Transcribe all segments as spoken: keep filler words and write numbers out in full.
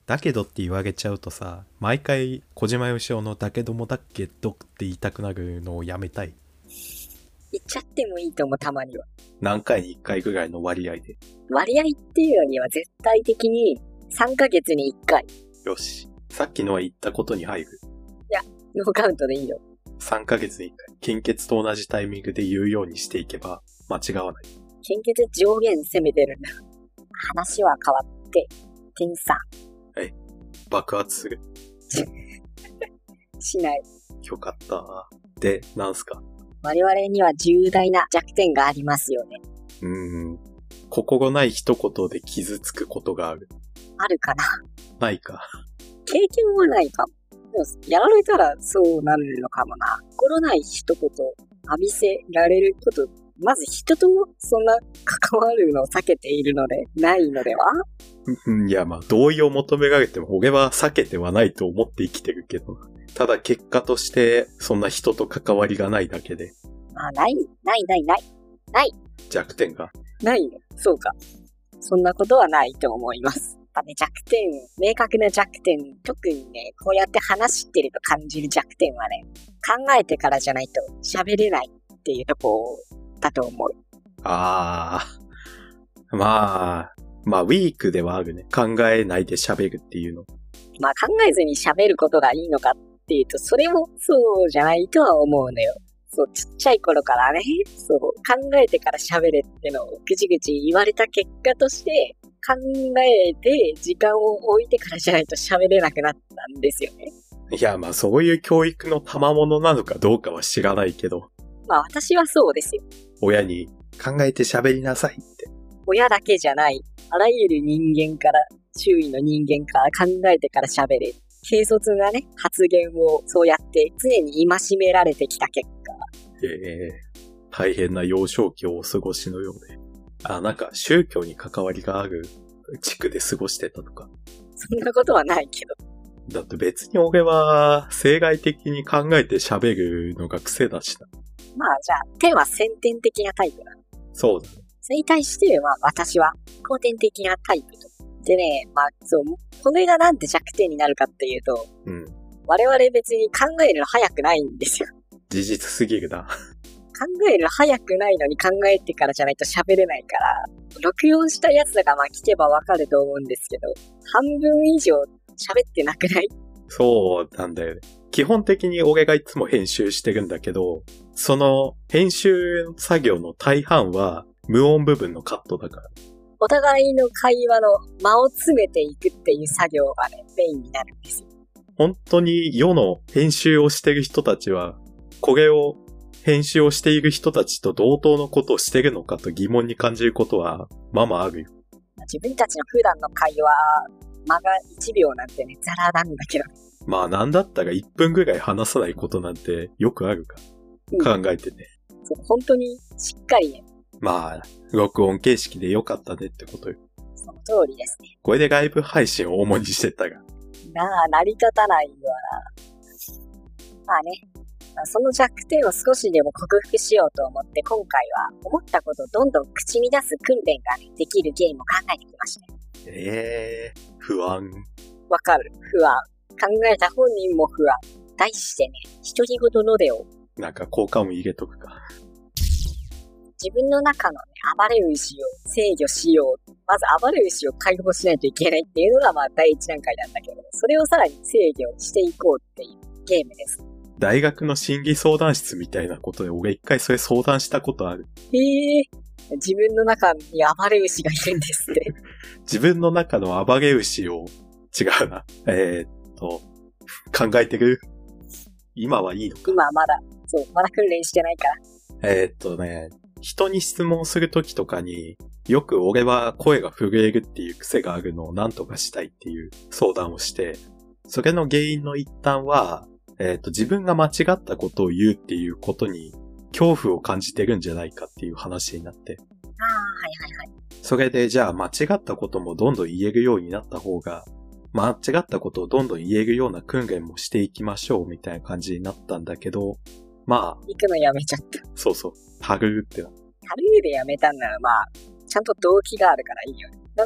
だけどって言われちゃうとさ、毎回小島よしおのだけどもだっけどって言いたくなるのをやめたい。 言っちゃってもいいと思う、たまには。 何回にいっかいぐらいの割合で。 割合っていうよりは絶対的にさんかげつにいっかい。 よし。さっきのは言ったことに入る。 いや、ノーカウントでいいよ。 さんかげつにいっかい。献血と同じタイミングで言うようにしていけば間違わない。 献血上限攻めてるんだ。話は変わって、点さん。 はい。爆発する。 しない。 よかった。で、なんすか？ 我々には重大な弱点がありますよね。 うーん。心ない一言で傷つくことがある。 あるかな？ ないか。 経験はないかも。でも、やられたらそうなるのかもな。心ない一言浴びせられること、まず人とそんな関わるのを避けているので、ないのでは？ いや、まあ、同意を求められても、俺は避けてはないと思って生きてるけど。ただ結果として、そんな人と関わりがないだけで。 あ、ない、ないないない。ない。 弱点が。 ないね。そうか。そんなことはないと思います。やっぱね、弱点、明確な弱点、特にね、こうやって話してると感じる弱点はね、考えてからじゃないと喋れないっていうとこだと思う。 あー。まあ、まあ、ウィークではあるね。考えないで喋るっていうの。 まあ、考えずに喋ることがいいのかっていうと、それもそうじゃないとは思うのよ。そう、ちっちゃい頃からね、そう、考えてから喋れってのをぐちぐち言われた結果として、考えて時間を置いてからじゃないと喋れなくなったんですよね。 いや、まあそういう教育の賜物なのかどうかは知らないけど。 まあ私はそうですよ。 親に考えて喋りなさいって。 親だけじゃない、あらゆる人間から、周囲の人間から考えてから喋れ。軽率なね、発言をそうやって常に戒められてきた結果。 ええー、大変な幼少期をお過ごしのようで。あ、なんか宗教に関わりがある地区で過ごしてたとか。 そんなことはないけど。 だって別に俺は生涯的に考えて喋るのが癖だしな。 まあじゃあ、天は先天的なタイプだ。 そうだね。 それに対しては私は後天的なタイプと。でね、まあそう、これがなんで弱点になるかっていうと、 うん。 我々別に考えるの早くないんですよ。 事実すぎるな。 考えるの早くないのに考えてからじゃないと喋れないから、録音したやつがまあ聞けばわかると思うんですけど、半分以上喋ってなくない？ そうなんだよね。基本的に俺がいつも編集してるんだけど、その編集作業の大半は無音部分のカットだから。 お互いの会話の間を詰めていくっていう作業がね、メインになるんですよ。 本当に世の編集をしてる人たちは、これを編集をしている人たちと同等のことをしてるのかと疑問に感じることはまあまああるよ。 自分たちの普段の会話、間がいちびょうなんてね、ザラなんだけど。 まあなんだったらいっぷんぐらい話さないことなんてよくあるか、うん、考えてね。 そう、本当にしっかりね。 まあ、録音形式でよかったねってことよ。 その通りですね。 これでライブ配信を主にしてたが。 なあ、成り立たないよな。まあね、まあ、その弱点を少しでも克服しようと思って今回は思ったことをどんどん口に出す訓練が、ね、できるゲームを考えてきました。 えー、不安。 わかる、不安。考えた本人も不安。題してね、独り言ロデオ。 なんか効果も入れとくか。 自分の中のね、暴れ牛を制御しよう。まず暴れ牛を解放しないといけないっていうのがまあ第一段階なんだけど、それをさらに制御していこうっていうゲームです。 大学の心理相談室みたいなことで俺一回それ相談したことある。 へえ、自分の中に暴れ牛がいるんですって。 自分の中の暴れ牛を、違うな。えー、っと、考えてる？今はいいのか？ 今はまだ、そう、まだ訓練してないから。 えー、っとね、人に質問するときとかによく俺は声が震えるっていう癖があるのを何とかしたいっていう相談をして、それの原因の一端は、えっと、自分が間違ったことを言うっていうことに恐怖を感じてるんじゃないかっていう話になって。 ああ、はいはいはい。 それでじゃあ間違ったこともどんどん言えるようになった方が、間違ったことをどんどん言えるような訓練もしていきましょうみたいな感じになったんだけど、まあ。 行くのやめちゃった。 そうそう。タグーってな。 タグーでやめたんならまあ、ちゃんと動機があるからいいよね。なんか、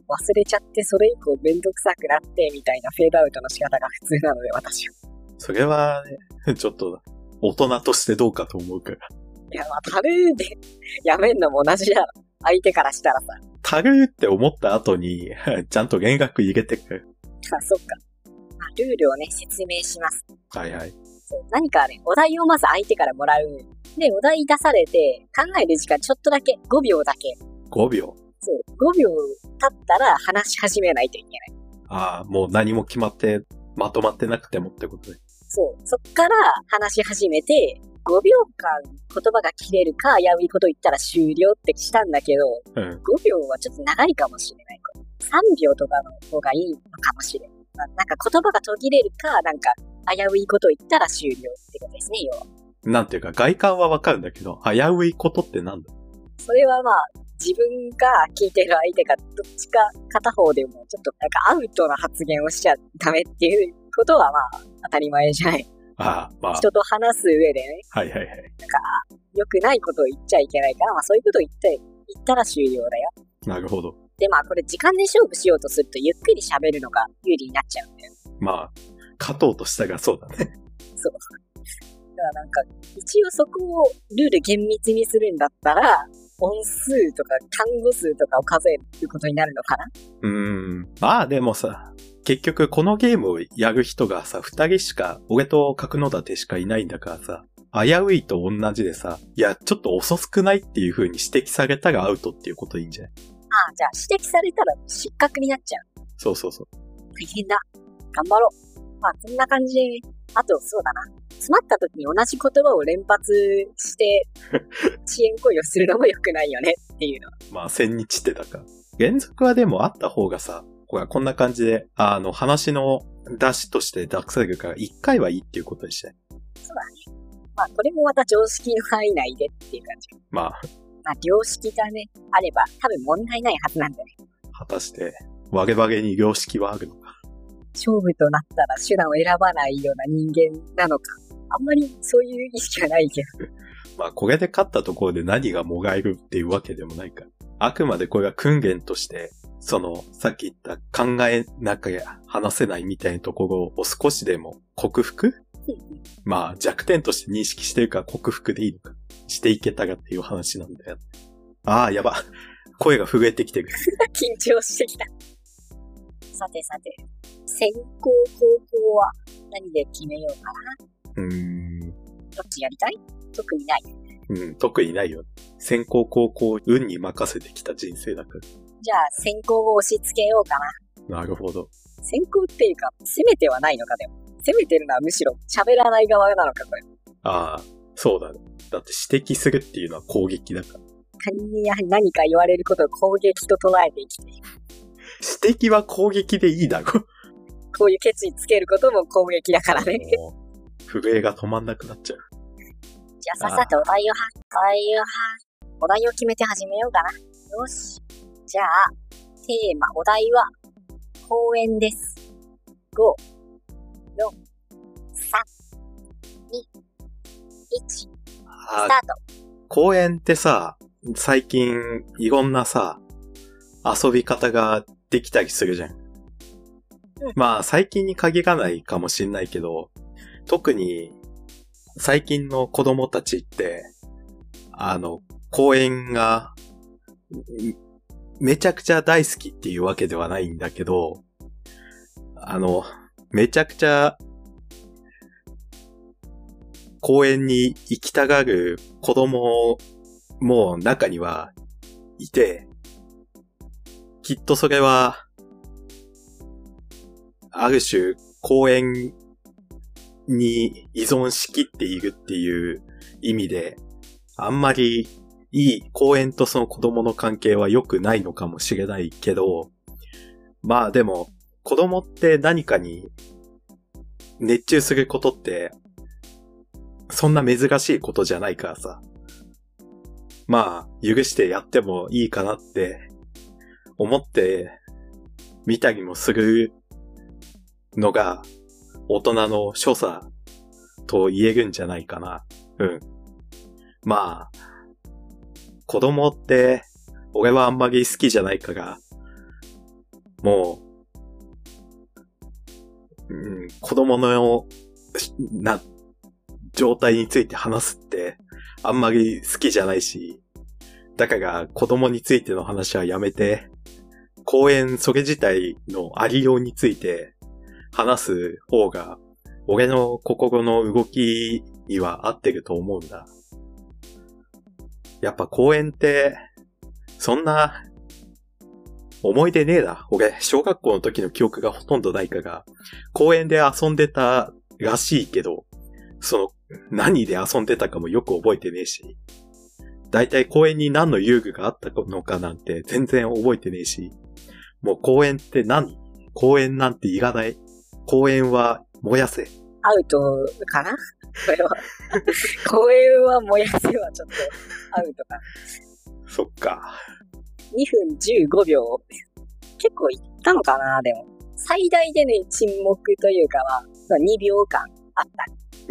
忘れちゃってそれ以降めんどくさくなってみたいなフェードアウトの仕方が普通なので私は。 それはね、ちょっと大人としてどうかと思うから。 いやまあタルーでやめんのも同じだろ。相手からしたらさ。 タルーって思った後にちゃんと弦楽入れてくる。 あ、そっか。まあ、ルールをね説明します。 はいはい。 そう何かね、お題をまず相手からもらう。で、お題出されて考える時間ちょっとだけ、ごびょうだけ。 ごびょう。 そう、ごびょう経ったら話し始めないといけない。 ああ、もう何も決まって、まとまってなくてもってことで。 そう、そっから話し始めて、ごびょうかん言葉が切れるか危ういこと言ったら終了ってしたんだけど、 うん、 ごびょうはちょっと長いかもしれない。さんびょうとかの方がいいのかもしれない。まあ、なんか言葉が途切れるか、なんか危ういこと言ったら終了ってことですね、要は。なんていうか外観はわかるんだけど、危ういことってなんだ？ それはまあ、自分が聞いてる相手がどっちか片方でもちょっとなんかアウトな発言をしちゃダメっていうことはまあ当たり前じゃない。 ああ、まあ。 人と話す上でね。 はいはいはい。 なんか、良くないことを言っちゃいけないから、まあそういうことを言って、言ったら終了だよ。 なるほど。 でまあこれ時間で勝負しようとするとゆっくり喋るのが有利になっちゃうんだよ。 まあ、勝とうとしたがそうだね。 そう。だからなんか、一応そこをルール厳密にするんだったら、音数とか単語数とかを数えることになるのかな？ うーん。まあでもさ、結局このゲームをやる人がさ、二人しか、俺と角館しかいないんだからさ、危ういと同じでさ、いや、ちょっと遅くないっていう風に指摘されたらアウトっていうこといいんじゃない？ ああ、じゃあ指摘されたら失格になっちゃう。 そうそうそう。 大変だ。頑張ろう。まあ、こんな感じで、あと、そうだな。詰まった時に同じ言葉を連発して、遅延行為をするのも良くないよねっていうのは。 まあ、千日手だから。連続はでもあった方がさ、これこんな感じで、あの、話の出しとして出せるから、一回はいいっていうことでしたね。 そうだね。まあ、これもまた常識の範囲内でっていう感じ。 まあ。 まあ、良識がね、あれば、多分問題ないはずなんだね。 果たして、我々に良識はあるのか。 勝負となったら手段を選ばないような人間なのか。あんまりそういう意識はないけど。 まあ、これで勝ったところで何がもがえるっていうわけでもないから。あくまでこれは訓練として、その、さっき言った考えなきゃ話せないみたいなところを少しでも克服まあ、弱点として認識してるから克服でいいのか。していけたらっていう話なんだよ。ああ、やば。声が震えてきてる。 緊張してきた。さてさて、専攻高校は何で決めようかな。 うーん。 どっちやりたい？特にない。 うん、特にないよ。専攻高校、運に任せてきた人生だから。 じゃあ、専攻を押し付けようかな。なるほど。 専攻っていうか、攻めてはないのかでも。攻めてるのはむしろ喋らない側なのか、これ。 ああ、そうだね。だって指摘するっていうのは攻撃だから。 他人に何か言われることを攻撃と捉えて生きている。 指摘は攻撃でいいだろ。 こういう決意つけることも攻撃だからね。 震えが止まんなくなっちゃう。 じゃあさっさとお題をは、お題をは、お題を決めて始めようかな。よし。じゃあ、テーマ、お題は、公園です。ご、よん、さん、に、いち、スタート。 公園ってさ、最近いろんなさ、遊び方ができたりするじゃん。うん、まあ最近に限らないかもしんないけど、特に最近の子供たちって、あの、公園がめちゃくちゃ大好きっていうわけではないんだけど、あの、めちゃくちゃ公園に行きたがる子供も中にはいて、きっとそれは、ある種公園に依存しきっているっていう意味で、あんまりいい公園とその子供の関係は良くないのかもしれないけど、まあでも子供って何かに熱中することってそんな珍しいことじゃないからさ。まあ許してやってもいいかなって思ってみたりもするのが大人の所作と言えるんじゃないかな。うん。まあ、子供って俺はあんまり好きじゃないから、 もう、うん、子供の、な、状態について話すって、あんまり好きじゃないし、だから子供についての話はやめて、公園それ自体のありようについて話す方が、俺の心の動きには合ってると思うんだ。やっぱ公園って、そんな、思い出ねえな。俺、小学校の時の記憶がほとんどないから、公園で遊んでたらしいけど、その、何で遊んでたかもよく覚えてねえし、だいたい公園に何の遊具があったのかなんて全然覚えてねえし、もう公園って何？公園なんていらない。公園は燃やせ。 アウトかなこれは。公園は燃やせはちょっとアウトかな。 そっか。 にふんじゅうごびょう。結構いったのかなでも。最大でね、沈黙というかは、にびょうかんあった。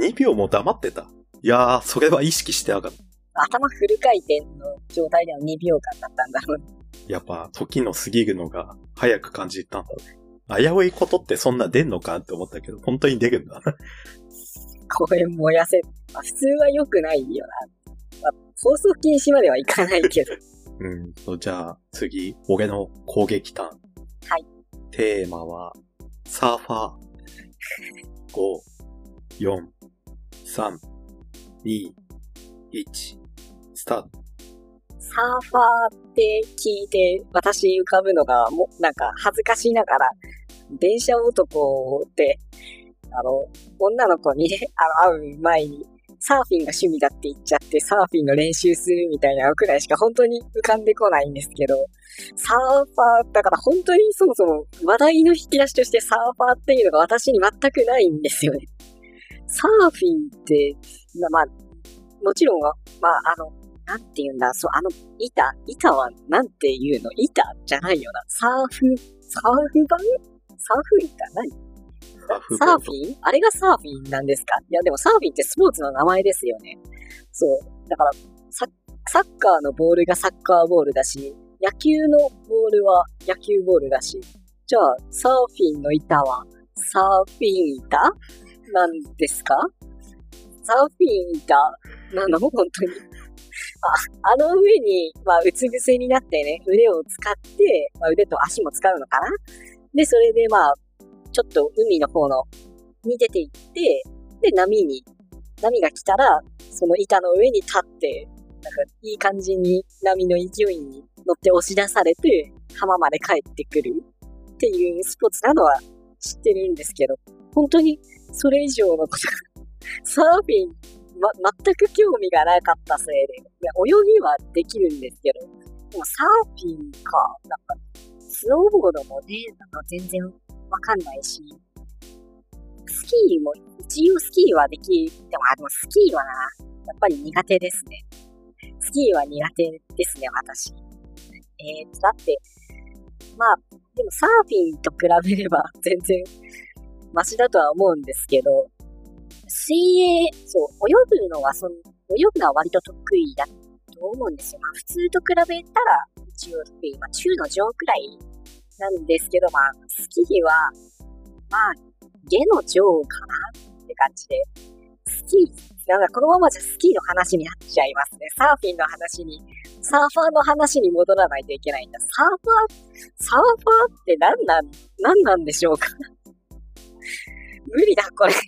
にびょうも黙ってた。いやー、それは意識してなかった。 頭フル回転の状態でのにびょうかんだったんだろうね。 やっぱ、時の過ぎるのが早く感じたんだね。危ういことってそんな出んのかって思ったけど、本当に出るんだな。 公園燃やせ。まあ、普通は良くないよな。まあ、放送禁止まではいかないけど。 うんと、じゃあ、次、俺の攻撃ターン。 はい。 テーマは、サーファー。ご、よん、さん、に、いち、スタート。 サーファーって聞いて、私浮かぶのが、も、なんか恥ずかしいながら、電車男って、あの、女の子にね、あの、会う前に、サーフィンが趣味だって言っちゃって、サーフィンの練習するみたいなくらいしか本当に浮かんでこないんですけど、サーファー、だから本当にそもそも話題の引き出しとしてサーファーっていうのが私に全くないんですよね。サーフィンって、まあ、もちろんは、まあ、あの、なんて言うんだ、そう、あの、板、板はなんて言うの？板じゃないよな。サーフ、サーフ板？サーフ板何？サーフィン？あれがサーフィンなんですか？いやでもサーフィンってスポーツの名前ですよね。そう。だからサ、サッカーのボールがサッカーボールだし、野球のボールは野球ボールだし、じゃあサーフィンの板はサーフィン板なんですか？サーフィン板なの？本当に。あ、あの上に、まあ、うつ伏せになってね、腕を使って、まあ、腕と足も使うのかな？で、それでまあ、ちょっと海の方の、に出て行って、で、波に、波が来たら、その板の上に立って、なんか、いい感じに波の勢いに乗って押し出されて、浜まで帰ってくるっていうスポーツなのは知ってるんですけど、本当にそれ以上のことが、サーフィン、ま、全く興味がなかったせいで、いや、泳ぎはできるんですけど、でもサーフィンか、なんか、スノーボードもね、なんか全然わかんないし、スキーも、一応スキーはできても、あ、でもスキーはな、やっぱり苦手ですね。スキーは苦手ですね、私。えー、だって、まあ、でもサーフィンと比べれば全然マシだとは思うんですけど、水泳、そう、泳ぐのはその、泳ぐのは割と得意だと思うんですよ。まあ普通と比べたら一応得意、まあ中の上くらいなんですけど、まあスキーは、まあ下の上かなって感じで、スキー、なんかこのままじゃスキーの話になっちゃいますね。サーフィンの話に、サーファーの話に戻らないといけないんだ。サーファー、サーファーって何なん、何なんでしょうか無理だ、これ。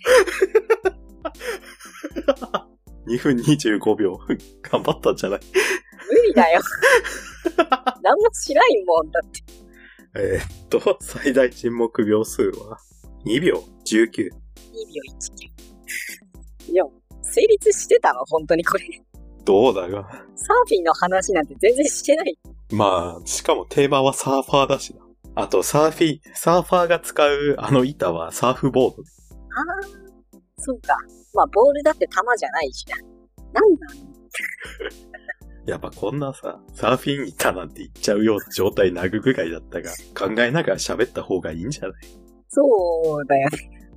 にふんにじゅうごびょう。頑張ったんじゃない？ 無理だよ。何もしないもんだって。 えー、っと、最大沈黙秒数はにびょうじゅうきゅう。 にびょういちきゅう。いや、成立してたの本当にこれ。 どうだが。 サーフィンの話なんて全然してない。 まあ、しかもテーマはサーファーだしな。あと、サーフィン、サーファーが使うあの板はサーフボード。 あー、そうか。まあ、ボールだって球じゃないしな。なんだやっぱこんなさ、サーフィン板なんて言っちゃうような状態なぐぐらいだったが、考えながら喋った方がいいんじゃない？ そうだよね。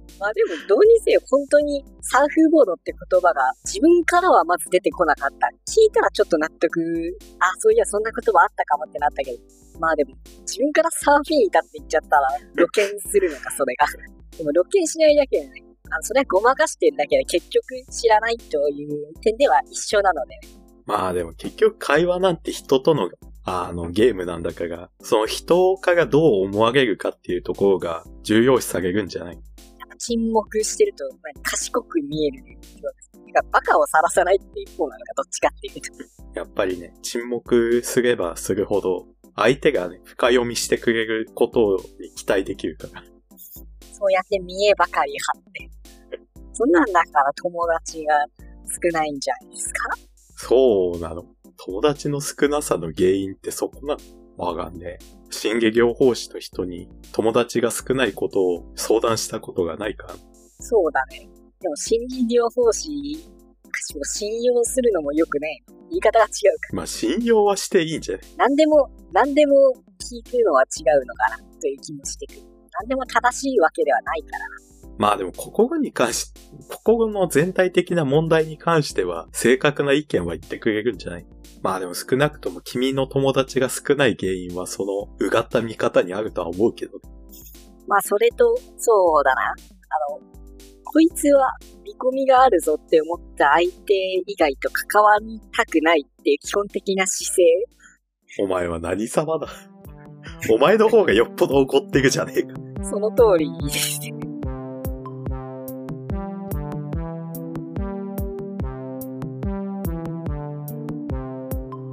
まあでも、どうにせよ本当にサーフボードって言葉が自分からはまず出てこなかった。聞いたらちょっと納得、あ、そういやそんな言葉あったかもってなったけど、まあでも、自分からサーフィンいたって言っちゃったら、露見するのか、それが。でも露見しないだけでね、あの、それはごまかしてるだけで結局知らないという点では一緒なのでね。 まあでも結局会話なんて人とのあのゲームなんだから、その人からどう思われるかっていうところが重要視されるんじゃない？ やっぱ沈黙してると賢く見えるようです。てかバカをさらさないっていう方なのか、どっちかっていうと。 やっぱりね、沈黙すればするほど相手がね、深読みしてくれることに期待できるから。 そうやって見えばかり張って。そんなんだから友達が少ないんじゃないですか？ そうなの。友達の少なさの原因ってそこなの？わかんねえ。心理療法士の人に友達が少ないことを相談したことがないか？ そうだね。でも心理療法士を信用するのもよくね。言い方が違うか。 まあ信用はしていいんじゃない？ 何でも、何でも聞くのは違うのかなという気もしてくる。何でも正しいわけではないからな。 まあでも心に関し、心の全体的な問題に関しては正確な意見は言ってくれるんじゃない？まあでも少なくとも君の友達が少ない原因はそのうがった見方にあるとは思うけど。 まあそれと、そうだな。あの、こいつは見込みがあるぞって思った相手以外と関わりたくないっていう基本的な姿勢。 お前は何様だ？お前の方がよっぽど怒ってるじゃねえか。 その通りですね。